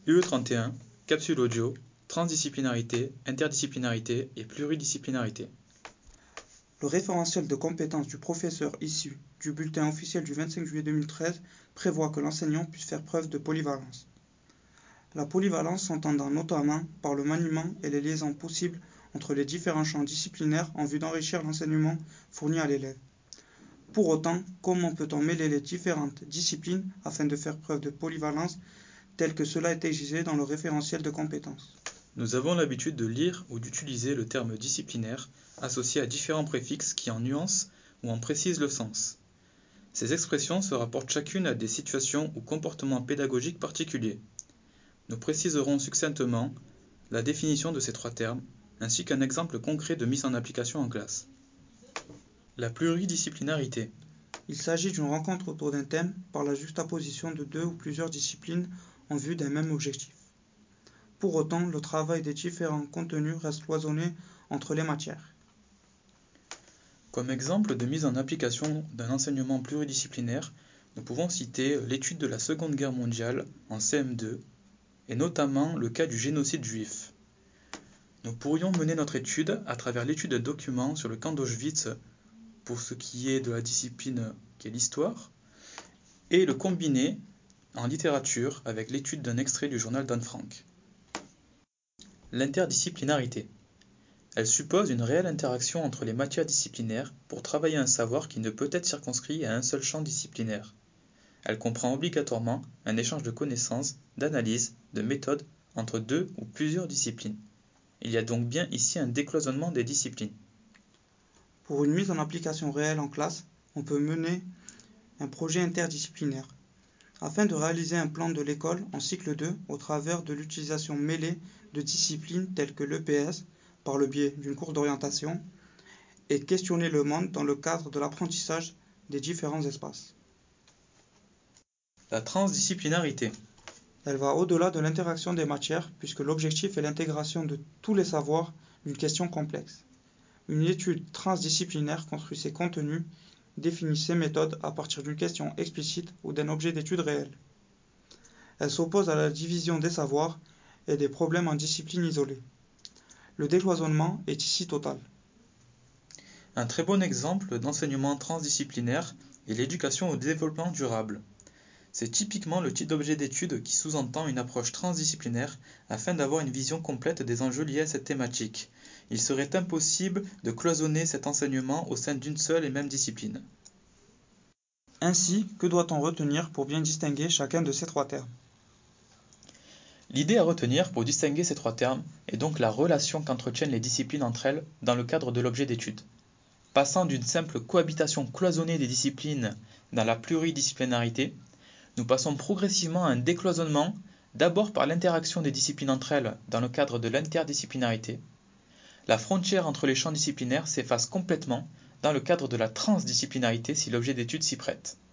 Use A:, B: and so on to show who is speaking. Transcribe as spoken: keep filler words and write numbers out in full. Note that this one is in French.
A: U E trente et un, capsule audio, transdisciplinarité, interdisciplinarité et pluridisciplinarité.
B: Le référentiel de compétences du professeur issu du bulletin officiel du vingt-cinq juillet deux mille treize prévoit que l'enseignant puisse faire preuve de polyvalence. La polyvalence s'entendant notamment par le maniement et les liaisons possibles entre les différents champs disciplinaires en vue d'enrichir l'enseignement fourni à l'élève. Pour autant, comment peut-on mêler les différentes disciplines afin de faire preuve de polyvalence tel que cela est exigé dans le référentiel de compétences?
A: Nous avons l'habitude de lire ou d'utiliser le terme disciplinaire associé à différents préfixes qui en nuancent ou en précisent le sens. Ces expressions se rapportent chacune à des situations ou comportements pédagogiques particuliers. Nous préciserons succinctement la définition de ces trois termes, ainsi qu'un exemple concret de mise en application en classe. La pluridisciplinarité.
B: Il s'agit d'une rencontre autour d'un thème par la juxtaposition de deux ou plusieurs disciplines en vue d'un même objectif. Pour autant, le travail des différents contenus reste cloisonné entre les matières.
A: Comme exemple de mise en application d'un enseignement pluridisciplinaire, nous pouvons citer l'étude de la Seconde Guerre mondiale en C M deux, et notamment le cas du génocide juif. Nous pourrions mener notre étude à travers l'étude d'un document sur le camp d'Auschwitz pour ce qui est de la discipline qui est l'histoire, et le combiner en littérature avec l'étude d'un extrait du journal d'Anne Frank. L'interdisciplinarité. Elle suppose une réelle interaction entre les matières disciplinaires pour travailler un savoir qui ne peut être circonscrit à un seul champ disciplinaire. Elle comprend obligatoirement un échange de connaissances, d'analyses, de méthodes entre deux ou plusieurs disciplines. Il y a donc bien ici un décloisonnement des disciplines.
B: Pour une mise en application réelle en classe, on peut mener un projet interdisciplinaire. Afin de réaliser un plan de l'école en cycle deux au travers de l'utilisation mêlée de disciplines telles que l'E P S, par le biais d'une course d'orientation, et questionner le monde dans le cadre de l'apprentissage des différents espaces.
A: La transdisciplinarité.
B: Elle va au-delà de l'interaction des matières puisque l'objectif est l'intégration de tous les savoirs d'une question complexe. Une étude transdisciplinaire construit ses contenus, définit ses méthodes à partir d'une question explicite ou d'un objet d'étude réel. Elle s'oppose à la division des savoirs et des problèmes en disciplines isolées. Le décloisonnement est ici total.
A: Un très bon exemple d'enseignement transdisciplinaire est l'éducation au développement durable. C'est typiquement le type d'objet d'étude qui sous-entend une approche transdisciplinaire afin d'avoir une vision complète des enjeux liés à cette thématique. Il serait impossible de cloisonner cet enseignement au sein d'une seule et même discipline.
B: Ainsi, que doit-on retenir pour bien distinguer chacun de ces trois termes?
A: L'idée à retenir pour distinguer ces trois termes est donc la relation qu'entretiennent les disciplines entre elles dans le cadre de l'objet d'étude. Passant d'une simple cohabitation cloisonnée des disciplines dans la pluridisciplinarité, nous passons progressivement à un décloisonnement, d'abord par l'interaction des disciplines entre elles dans le cadre de l'interdisciplinarité. La frontière entre les champs disciplinaires s'efface complètement dans le cadre de la transdisciplinarité si l'objet d'étude s'y prête.